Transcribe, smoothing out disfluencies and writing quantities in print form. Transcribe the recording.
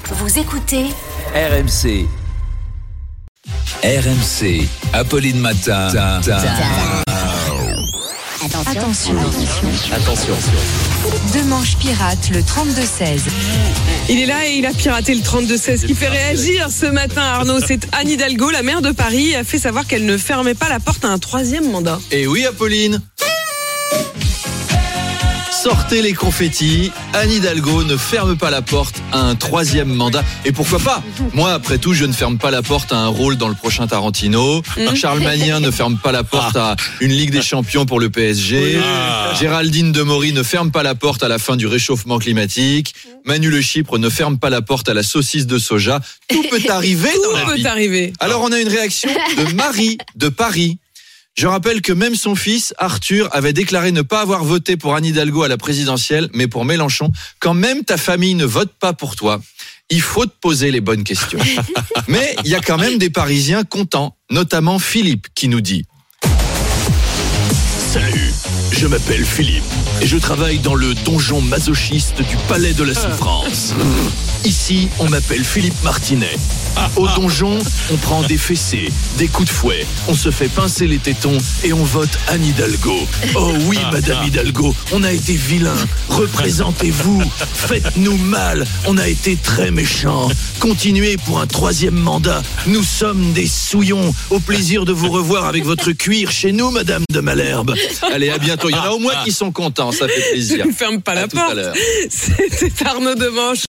Vous écoutez RMC. RMC. Apolline Matin. Attention. Demanche pirate le 32-16. Il est là et il a piraté le 32-16. Ce qui fait réagir ce matin, Arnaud, c'est Anne Hidalgo, la maire de Paris, a fait savoir qu'elle ne fermait pas la porte à un troisième mandat. Et oui, Apolline. Sortez les confettis, Anne Hidalgo ne ferme pas la porte à un troisième mandat. Et pourquoi pas ? Moi, après tout, je ne ferme pas la porte à un rôle dans le prochain Tarantino. Charles Magnin ne ferme pas la porte à une Ligue des Champions pour le PSG. Géraldine Demory ne ferme pas la porte à la fin du réchauffement climatique. Manu Le Chypre ne ferme pas la porte à la saucisse de soja. Tout peut arriver dans la vie. Tout peut arriver. Alors, on a une réaction de Marie de Paris. Je rappelle que même son fils, Arthur, avait déclaré ne pas avoir voté pour Anne Hidalgo à la présidentielle, mais pour Mélenchon. Quand même ta famille ne vote pas pour toi, il faut te poser les bonnes questions. Mais il y a quand même des Parisiens contents, notamment Philippe, qui nous dit « Salut, je m'appelle Philippe et je travaille dans le donjon masochiste du Palais de la Souffrance. Ici, on m'appelle Philippe Martinet. Au donjon, on prend des fessées, des coups de fouet, on se fait pincer les tétons et on vote Anne Hidalgo. Oh oui, Madame Hidalgo, on a été vilains. Représentez-vous, faites-nous mal. On a été très méchants. Continuez pour un troisième mandat. Nous sommes des souillons. Au plaisir de vous revoir avec votre cuir chez nous, Madame de Malherbe. » Allez, à bientôt. Il y en a au moins qui sont contents, ça fait plaisir. Ne ferme pas la À tout à porte. l'heure. C'était Arnaud Demanche.